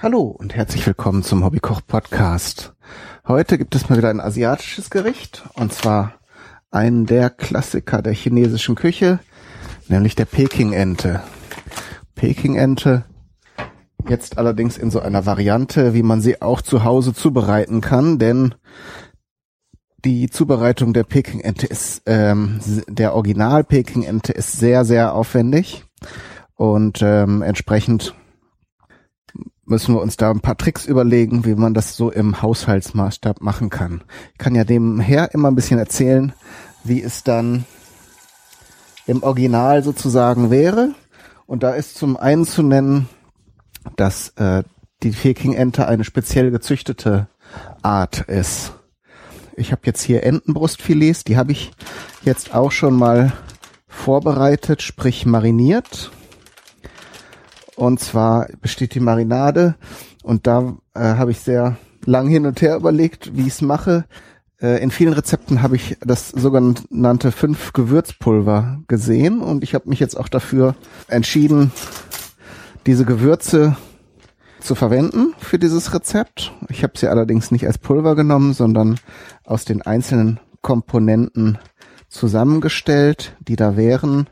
Hallo und herzlich willkommen zum Hobbykoch-Podcast. Heute gibt es mal wieder ein asiatisches Gericht, und zwar einen der Klassiker der chinesischen Küche, nämlich der Peking-Ente. Peking-Ente, jetzt allerdings in so einer Variante, wie man sie auch zu Hause zubereiten kann, denn die Zubereitung der Peking-Ente ist, der Original-Peking-Ente ist sehr, sehr aufwendig und entsprechend müssen wir uns da ein paar Tricks überlegen, wie man das so im Haushaltsmaßstab machen kann. Ich kann ja nebenher immer ein bisschen erzählen, wie es dann im Original sozusagen wäre. Und da ist zum einen zu nennen, dass die Peking-Ente eine speziell gezüchtete Art ist. Ich habe jetzt hier Entenbrustfilets, die habe ich jetzt auch schon mal vorbereitet, sprich mariniert. Und zwar besteht die Marinade, und da habe ich sehr lang hin und her überlegt, wie ich es mache. In vielen Rezepten habe ich das sogenannte 5-Gewürzpulver gesehen, und ich habe mich jetzt auch dafür entschieden, diese Gewürze zu verwenden für dieses Rezept. Ich habe sie allerdings nicht als Pulver genommen, sondern aus den einzelnen Komponenten zusammengestellt, die da wären: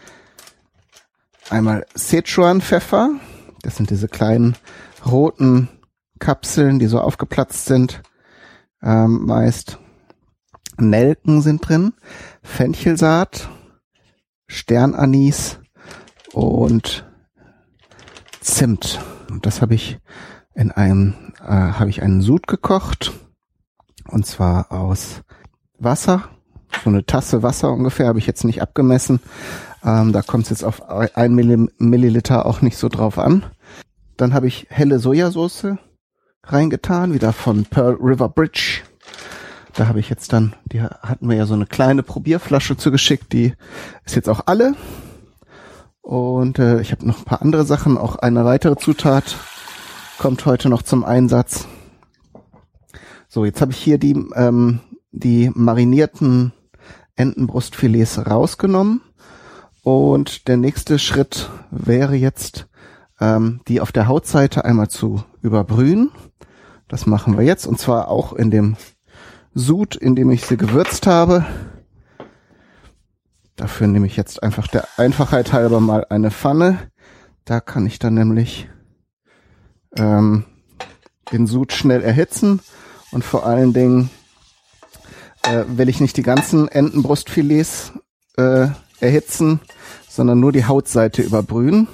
einmal Szechuan-Pfeffer, das sind diese kleinen roten Kapseln, die so aufgeplatzt sind, meist. Nelken sind drin, Fenchelsaat, Sternanis und Zimt. Und das habe ich in einen Sud gekocht, und zwar aus Wasser. So eine Tasse Wasser ungefähr, habe ich jetzt nicht abgemessen. Da kommt es jetzt auf 1 Milliliter auch nicht so drauf an. Dann habe ich helle Sojasauce reingetan, wieder von Pearl River Bridge. Da habe ich jetzt dann, die hatten wir ja so eine kleine Probierflasche zugeschickt, die ist jetzt auch alle. Und ich habe noch ein paar andere Sachen, auch eine weitere Zutat kommt heute noch zum Einsatz. So, jetzt habe ich hier die marinierten Entenbrustfilets rausgenommen. Und der nächste Schritt wäre jetzt, die auf der Hautseite einmal zu überbrühen. Das machen wir jetzt, und zwar auch in dem Sud, in dem ich sie gewürzt habe. Dafür nehme ich jetzt einfach der Einfachheit halber mal eine Pfanne. Da kann ich dann nämlich den Sud schnell erhitzen, und vor allen Dingen will ich nicht die ganzen Entenbrustfilets erhitzen, sondern nur die Hautseite überbrühen.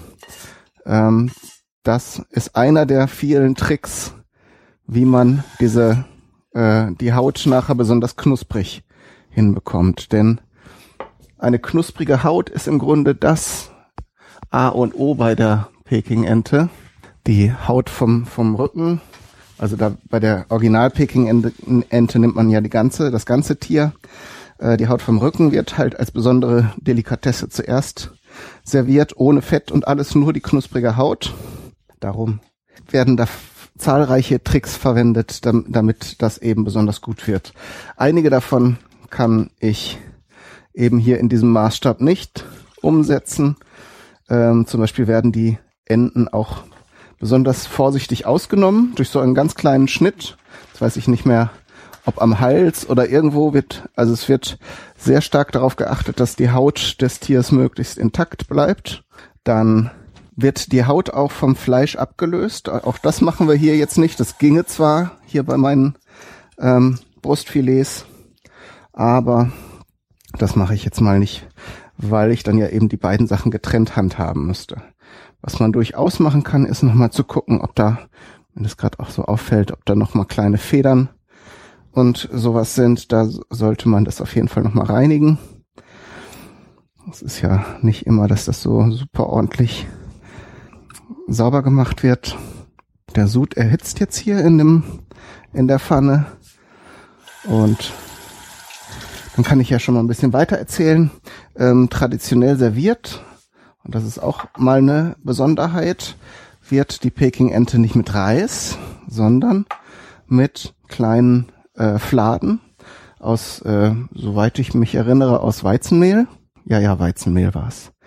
Das ist einer der vielen Tricks, wie man die Haut nachher besonders knusprig hinbekommt. Denn eine knusprige Haut ist im Grunde das A und O bei der Peking-Ente. Die Haut vom Rücken, also da bei der Original-Peking-Ente nimmt man ja das ganze Tier. Die Haut vom Rücken wird halt als besondere Delikatesse zuerst serviert, ohne Fett und alles, nur die knusprige Haut. Darum werden da zahlreiche Tricks verwendet, damit das eben besonders gut wird. Einige davon kann ich eben hier in diesem Maßstab nicht umsetzen. Zum Beispiel werden die Enden auch besonders vorsichtig ausgenommen durch so einen ganz kleinen Schnitt. Das weiß ich nicht mehr, ob am Hals oder irgendwo es wird sehr stark darauf geachtet, dass die Haut des Tiers möglichst intakt bleibt. Dann wird die Haut auch vom Fleisch abgelöst. Auch das machen wir hier jetzt nicht. Das ginge zwar hier bei meinen Brustfilets, aber das mache ich jetzt mal nicht, weil ich dann ja eben die beiden Sachen getrennt handhaben müsste. Was man durchaus machen kann, ist nochmal zu gucken, ob da, wenn es gerade auch so auffällt, ob da nochmal kleine Federn und sowas sind. Da sollte man das auf jeden Fall nochmal reinigen. Es ist ja nicht immer, dass das so super ordentlich sauber gemacht wird. Der Sud erhitzt jetzt hier in der Pfanne, und dann kann ich ja schon mal ein bisschen weiter erzählen. Traditionell serviert, und das ist auch mal eine Besonderheit, wird die Peking-Ente nicht mit Reis, sondern mit kleinen Fladen aus, soweit ich mich erinnere, aus Weizenmehl. Ja, Weizenmehl war's.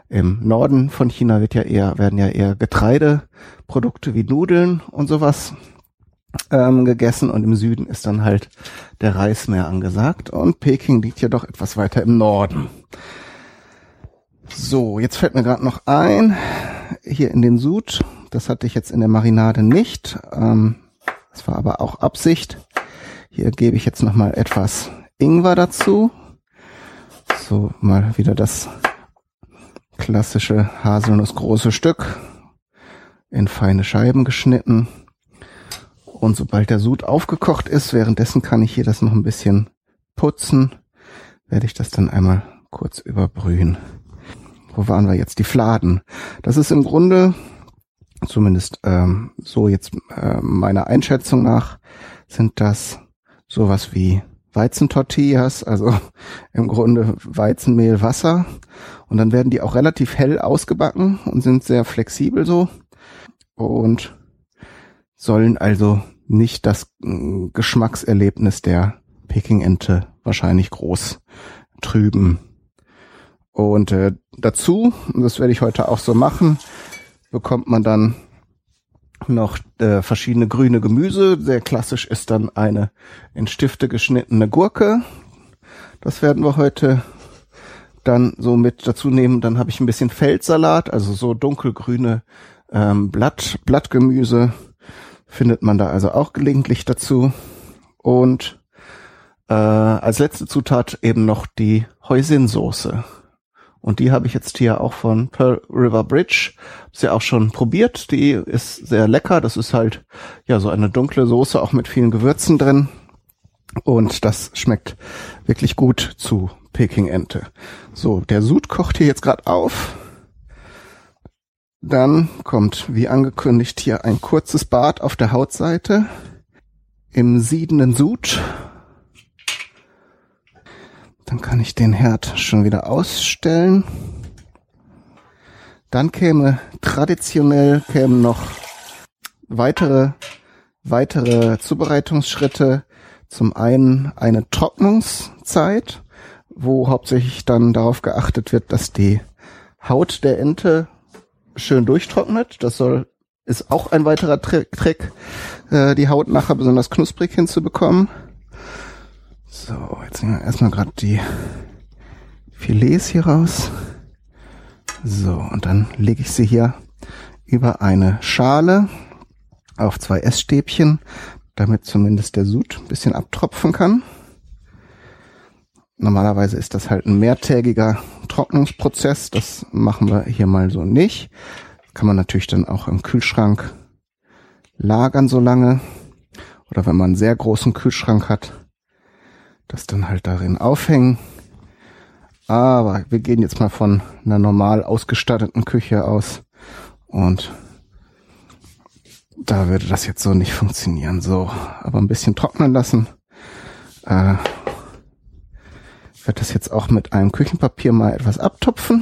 im Norden von China werden ja eher Getreideprodukte wie Nudeln und sowas gegessen, und im Süden ist dann halt der Reis mehr angesagt, und Peking liegt ja doch etwas weiter im Norden. So, jetzt fällt mir gerade noch ein, hier in den Sud, das hatte ich jetzt in der Marinade nicht, das war aber auch Absicht. Hier gebe ich jetzt nochmal etwas Ingwer dazu. So, mal wieder das klassische haselnussgroße Stück in feine Scheiben geschnitten. Und sobald der Sud aufgekocht ist, währenddessen kann ich hier das noch ein bisschen putzen, werde ich das dann einmal kurz überbrühen. Wo waren wir jetzt? Die Fladen. Das ist im Grunde, zumindest so jetzt meiner Einschätzung nach, sind das sowas wie Weizentortillas, also im Grunde Weizenmehl, Wasser. Und dann werden die auch relativ hell ausgebacken und sind sehr flexibel so und sollen also nicht das Geschmackserlebnis der Peking-Ente wahrscheinlich groß trüben. Und dazu, und das werde ich heute auch so machen, bekommt man dann noch verschiedene grüne Gemüse. Sehr klassisch ist dann eine in Stifte geschnittene Gurke. Das werden wir heute dann so mit dazu nehmen. Dann habe ich ein bisschen Feldsalat, also so dunkelgrüne Blattgemüse findet man da also auch gelegentlich dazu. Und als letzte Zutat eben noch die Hoisin-Soße. Und die habe ich jetzt hier auch von Pearl River Bridge. Ist ja auch schon probiert. Die ist sehr lecker. Das ist halt ja so eine dunkle Soße, auch mit vielen Gewürzen drin. Und das schmeckt wirklich gut zu Peking-Ente. So, der Sud kocht hier jetzt gerade auf. Dann kommt, wie angekündigt, hier ein kurzes Bad auf der Hautseite im siedenden Sud. Dann kann ich den Herd schon wieder ausstellen. Dann traditionell kämen noch weitere Zubereitungsschritte. Zum einen eine Trocknungszeit, wo hauptsächlich dann darauf geachtet wird, dass die Haut der Ente schön durchtrocknet. Das ist auch ein weiterer Trick, die Haut nachher besonders knusprig hinzubekommen. So, jetzt nehmen wir erstmal gerade die Filets hier raus. So, und dann lege ich sie hier über eine Schale auf 2 Essstäbchen, damit zumindest der Sud ein bisschen abtropfen kann. Normalerweise ist das halt ein mehrtägiger Trocknungsprozess. Das machen wir hier mal so nicht. Kann man natürlich dann auch im Kühlschrank lagern so lange. Oder wenn man einen sehr großen Kühlschrank hat, das dann halt darin aufhängen. Aber wir gehen jetzt mal von einer normal ausgestatteten Küche aus. Und da würde das jetzt so nicht funktionieren. So, aber ein bisschen trocknen lassen. Ich werde das jetzt auch mit einem Küchenpapier mal etwas abtupfen.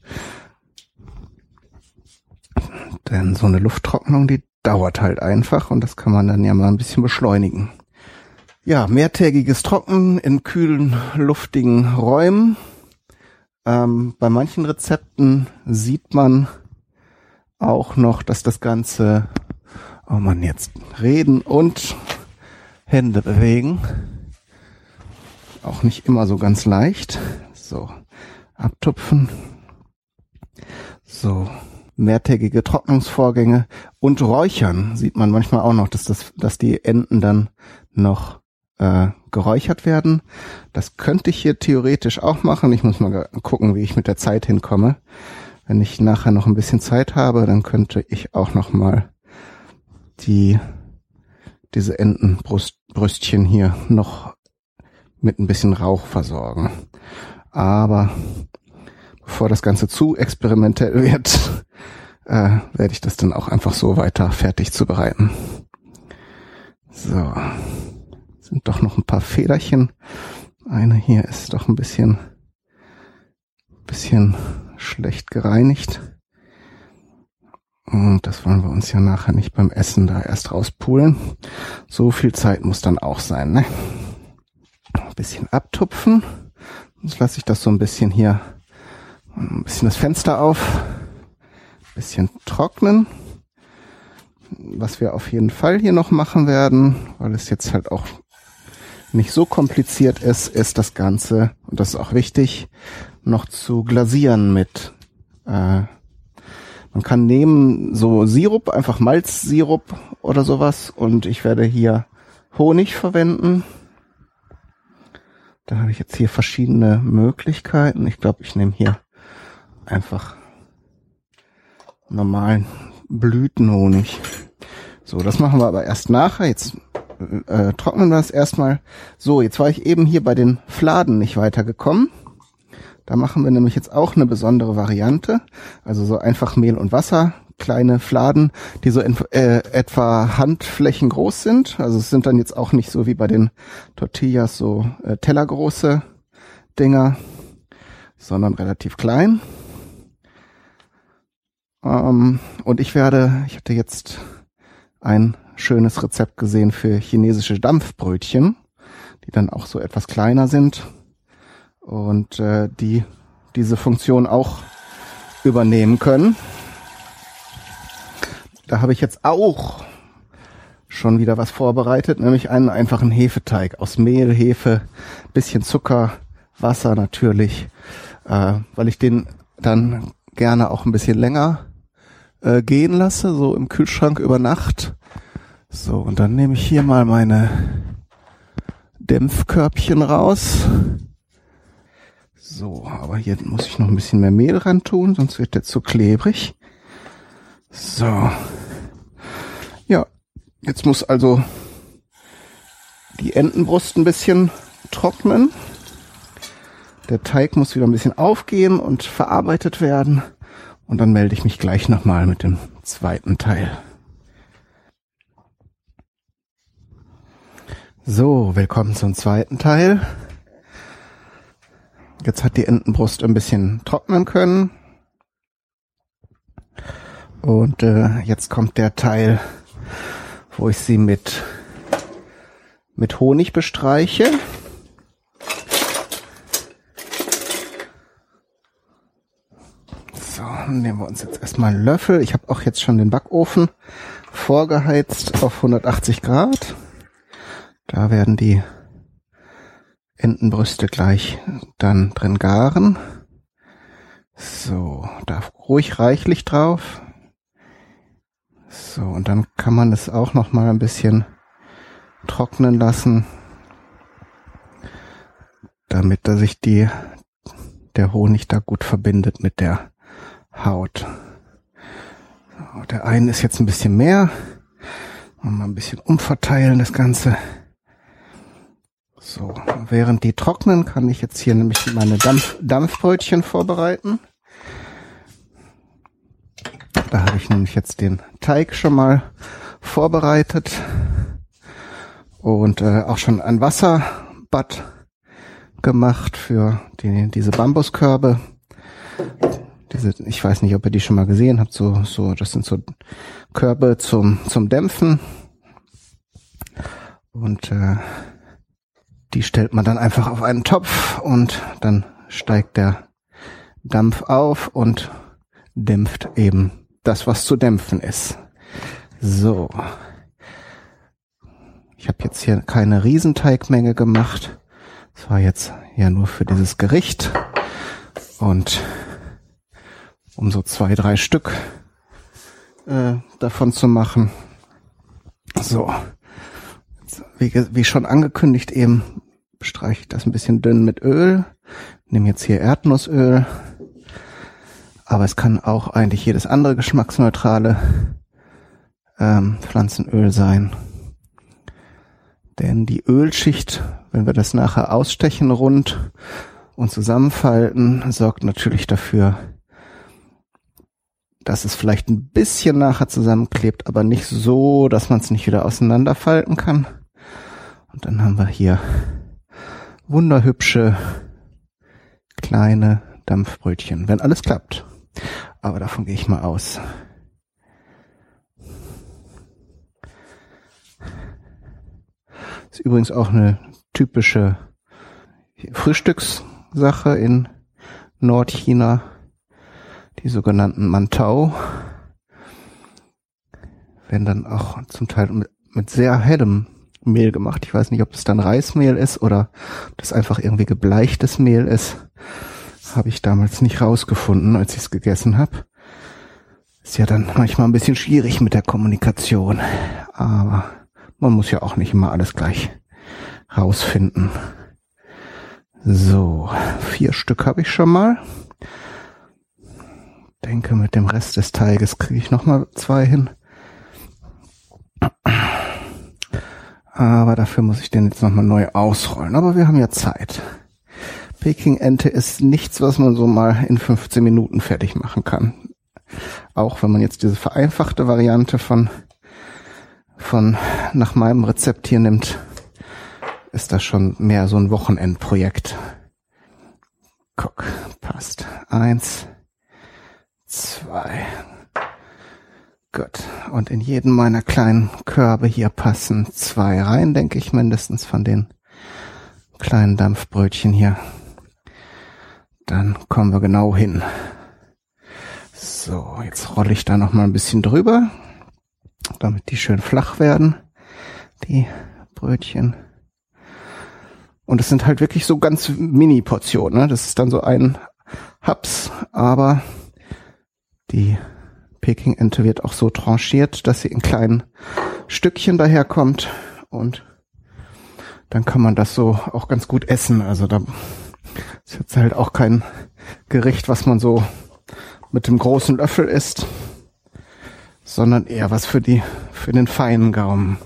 Denn so eine Lufttrocknung, die dauert halt einfach, und das kann man dann ja mal ein bisschen beschleunigen. Ja, mehrtägiges Trocknen in kühlen, luftigen Räumen. Bei manchen Rezepten sieht man auch noch, dass das Ganze, jetzt reden und Hände bewegen. Auch nicht immer so ganz leicht. So, abtupfen. So, mehrtägige Trocknungsvorgänge und Räuchern sieht man manchmal auch noch, dass die Enten dann noch geräuchert werden. Das könnte ich hier theoretisch auch machen. Ich muss mal gucken, wie ich mit der Zeit hinkomme. Wenn ich nachher noch ein bisschen Zeit habe, dann könnte ich auch noch mal diese Entenbrüstchen hier noch mit ein bisschen Rauch versorgen. Aber bevor das Ganze zu experimentell wird, werde ich das dann auch einfach so weiter fertig zubereiten. So. Sind doch noch ein paar Federchen. Eine hier ist doch ein bisschen schlecht gereinigt. Und das wollen wir uns ja nachher nicht beim Essen da erst rauspulen. So viel Zeit muss dann auch sein, ne? Ein bisschen abtupfen. Jetzt lasse ich das so ein bisschen hier Ein bisschen das Fenster auf, ein bisschen trocknen. Was wir auf jeden Fall hier noch machen werden, weil es jetzt halt auch nicht so kompliziert ist das Ganze, und das ist auch wichtig, noch zu glasieren mit, man kann nehmen so Sirup, einfach Malzsirup oder sowas, und ich werde hier Honig verwenden. Da habe ich jetzt hier verschiedene Möglichkeiten. Ich glaube, ich nehme hier einfach normalen Blütenhonig. So, das machen wir aber erst nachher. Jetzt trocknen wir das erstmal. So, jetzt war ich eben hier bei den Fladen nicht weitergekommen. Da machen wir nämlich jetzt auch eine besondere Variante. Also so einfach Mehl und Wasser, kleine Fladen, die so etwa Handflächen groß sind. Also es sind dann jetzt auch nicht so wie bei den Tortillas so tellergroße Dinger, sondern relativ klein. Und ich hatte jetzt ein schönes Rezept gesehen für chinesische Dampfbrötchen, die dann auch so etwas kleiner sind und die diese Funktion auch übernehmen können. Da habe ich jetzt auch schon wieder was vorbereitet, nämlich einen einfachen Hefeteig aus Mehl, Hefe, bisschen Zucker, Wasser natürlich, weil ich den dann gerne auch ein bisschen länger gehen lasse, so im Kühlschrank über Nacht. So, und dann nehme ich hier mal meine Dämpfkörbchen raus. So, aber hier muss ich noch ein bisschen mehr Mehl ran tun, sonst wird der zu klebrig. So. Ja, jetzt muss also die Entenbrust ein bisschen trocknen. Der Teig muss wieder ein bisschen aufgehen und verarbeitet werden. Und dann melde ich mich gleich nochmal mit dem zweiten Teil. So, willkommen zum zweiten Teil. Jetzt hat die Entenbrust ein bisschen trocknen können. Und jetzt kommt der Teil, wo ich sie mit Honig bestreiche. So, dann nehmen wir uns jetzt erstmal einen Löffel. Ich habe auch jetzt schon den Backofen vorgeheizt auf 180 Grad. Da werden die Entenbrüste gleich dann drin garen. So, da ruhig reichlich drauf. So, und dann kann man es auch noch mal ein bisschen trocknen lassen, damit da sich der Honig da gut verbindet mit der Haut. So, der eine ist jetzt ein bisschen mehr. Mal ein bisschen umverteilen das Ganze. So, während die trocknen, kann ich jetzt hier nämlich meine Dampfbrötchen vorbereiten. Da habe ich nämlich jetzt den Teig schon mal vorbereitet und auch schon ein Wasserbad gemacht für diese Bambuskörbe. Ich weiß nicht, ob ihr die schon mal gesehen habt. Das sind so Körbe zum Dämpfen. Und die stellt man dann einfach auf einen Topf und dann steigt der Dampf auf und dämpft eben das, was zu dämpfen ist. So. Ich habe jetzt hier keine Riesenteigmenge gemacht. Das war jetzt ja nur für dieses Gericht. Und um so 2-3 Stück davon zu machen. So. Wie schon angekündigt eben, bestreiche ich das ein bisschen dünn mit Öl. Nehme jetzt hier Erdnussöl. Aber es kann auch eigentlich jedes andere geschmacksneutrale Pflanzenöl sein. Denn die Ölschicht, wenn wir das nachher ausstechen rund und zusammenfalten, sorgt natürlich dafür, dass es vielleicht ein bisschen nachher zusammenklebt, aber nicht so, dass man es nicht wieder auseinanderfalten kann. Und dann haben wir hier wunderhübsche kleine Dampfbrötchen, wenn alles klappt. Aber davon gehe ich mal aus. Ist übrigens auch eine typische Frühstückssache in Nordchina. Die sogenannten Mantau werden dann auch zum Teil mit sehr hellem Mehl gemacht. Ich weiß nicht, ob es dann Reismehl ist oder ob das einfach irgendwie gebleichtes Mehl ist. Habe ich damals nicht rausgefunden, als ich es gegessen habe. Ist ja dann manchmal ein bisschen schwierig mit der Kommunikation. Aber man muss ja auch nicht immer alles gleich rausfinden. So, 4 Stück habe ich schon mal. Denke, mit dem Rest des Teiges kriege ich nochmal 2 hin. Aber dafür muss ich den jetzt nochmal neu ausrollen. Aber wir haben ja Zeit. Peking-Ente ist nichts, was man so mal in 15 Minuten fertig machen kann. Auch wenn man jetzt diese vereinfachte Variante von nach meinem Rezept hier nimmt, ist das schon mehr so ein Wochenendprojekt. Guck, passt. 1, 2. Gut. Und in jeden meiner kleinen Körbe hier passen 2 rein, denke ich mindestens, von den kleinen Dampfbrötchen hier. Dann kommen wir genau hin. So, jetzt rolle ich da noch mal ein bisschen drüber, damit die schön flach werden, die Brötchen. Und es sind halt wirklich so ganz Mini-Portionen, ne? Das ist dann so ein Haps, aber die Peking-Ente wird auch so tranchiert, dass sie in kleinen Stückchen daherkommt und dann kann man das so auch ganz gut essen. Also da ist jetzt halt auch kein Gericht, was man so mit dem großen Löffel isst, sondern eher was für den feinen Gaumen.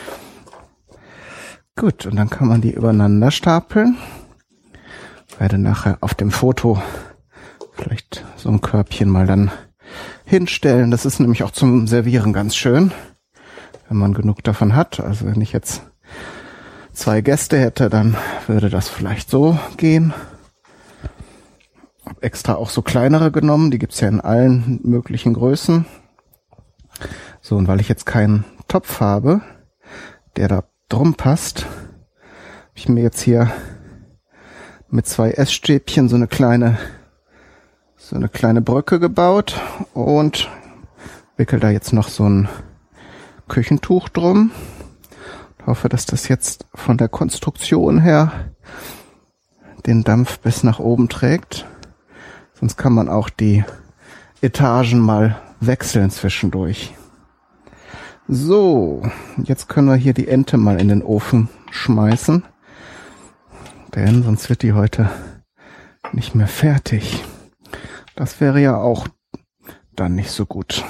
Gut, und dann kann man die übereinander stapeln. Ich werde nachher auf dem Foto vielleicht so ein Körbchen mal dann hinstellen. Das ist nämlich auch zum Servieren ganz schön, wenn man genug davon hat. Also wenn ich jetzt 2 Gäste hätte, dann würde das vielleicht so gehen. Hab extra auch so kleinere genommen. Die gibt's ja in allen möglichen Größen. So, und weil ich jetzt keinen Topf habe, der da drum passt, habe ich mir jetzt hier mit 2 Essstäbchen so eine kleine Brücke gebaut und wickel da jetzt noch so ein Küchentuch drum. Ich hoffe, dass das jetzt von der Konstruktion her den Dampf bis nach oben trägt. Sonst kann man auch die Etagen mal wechseln zwischendurch. So, jetzt können wir hier die Ente mal in den Ofen schmeißen. Denn sonst wird die heute nicht mehr fertig. Das wäre ja auch dann nicht so gut.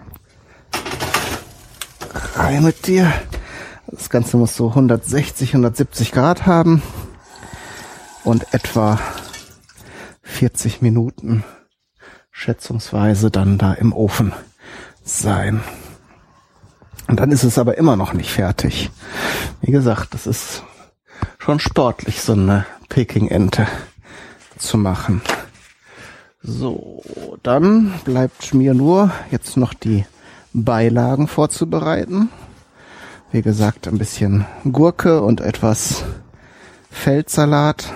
Rein mit dir. Das Ganze muss so 160, 170 Grad haben und etwa 40 Minuten schätzungsweise dann da im Ofen sein. Und dann ist es aber immer noch nicht fertig. Wie gesagt, das ist schon sportlich, so eine Peking-Ente zu machen. So, dann bleibt mir nur jetzt noch die Beilagen vorzubereiten. Wie gesagt, ein bisschen Gurke und etwas Feldsalat.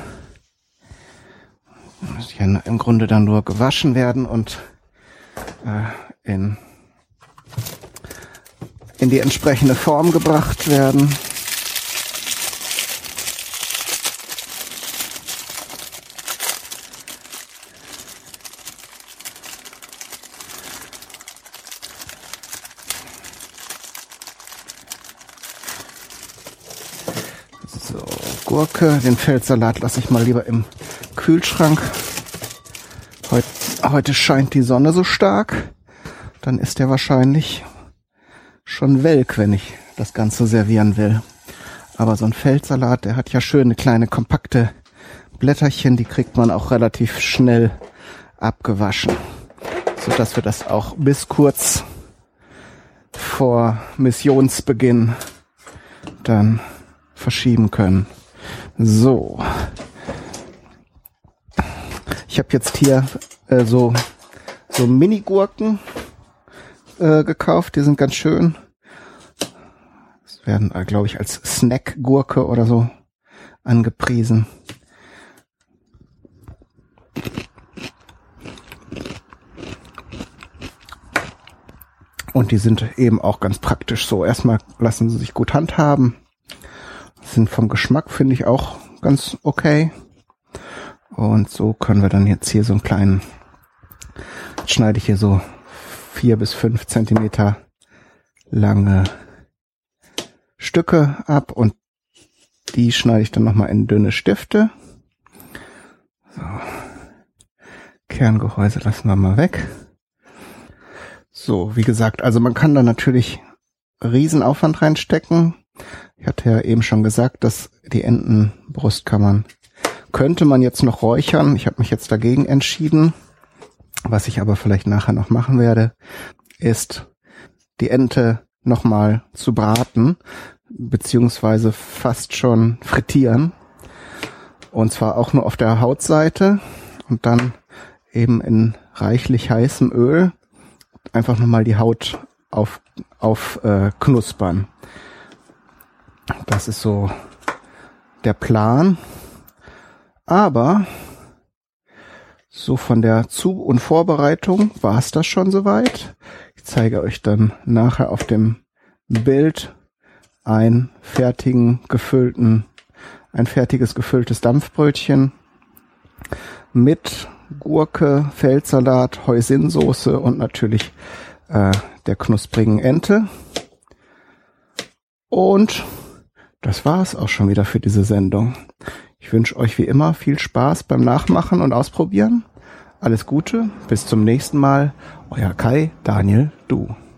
Muss ja im Grunde dann nur gewaschen werden und in die entsprechende Form gebracht werden. So, Gurke, den Feldsalat lasse ich mal lieber im Kühlschrank. Heute scheint die Sonne so stark, dann ist der wahrscheinlich schon welk, wenn ich das Ganze servieren will. Aber so ein Feldsalat, der hat ja schöne kleine kompakte Blätterchen, die kriegt man auch relativ schnell abgewaschen, sodass wir das auch bis kurz vor Missionsbeginn dann verschieben können. So. Ich habe jetzt hier so Mini-Gurken gekauft, die sind ganz schön. Das werden, glaube ich, als Snack-Gurke oder so angepriesen. Und die sind eben auch ganz praktisch so. Erstmal lassen sie sich gut handhaben. Sind vom Geschmack, finde ich, auch ganz okay. Und so können wir dann jetzt hier so einen kleinen, jetzt schneide ich hier so 4 bis 5 Zentimeter lange Stücke ab und die schneide ich dann nochmal in dünne Stifte. So. Kerngehäuse lassen wir mal weg. So, wie gesagt, also man kann da natürlich Riesenaufwand reinstecken. Ich hatte ja eben schon gesagt, dass die Entenbrust könnte man jetzt noch räuchern. Ich habe mich jetzt dagegen entschieden. Was ich aber vielleicht nachher noch machen werde, ist die Ente nochmal zu braten, beziehungsweise fast schon frittieren. Und zwar auch nur auf der Hautseite und dann eben in reichlich heißem Öl einfach nochmal die Haut auf knuspern. Das ist so der Plan. Aber so von der Zu- und Vorbereitung war es das schon soweit. Ich zeige euch dann nachher auf dem Bild ein fertiges gefülltes Dampfbrötchen mit Gurke, Feldsalat, Hoisinsoße und natürlich der knusprigen Ente. Und das war es auch schon wieder für diese Sendung. Ich wünsche euch wie immer viel Spaß beim Nachmachen und Ausprobieren. Alles Gute, bis zum nächsten Mal. Euer Kai, Daniel, du.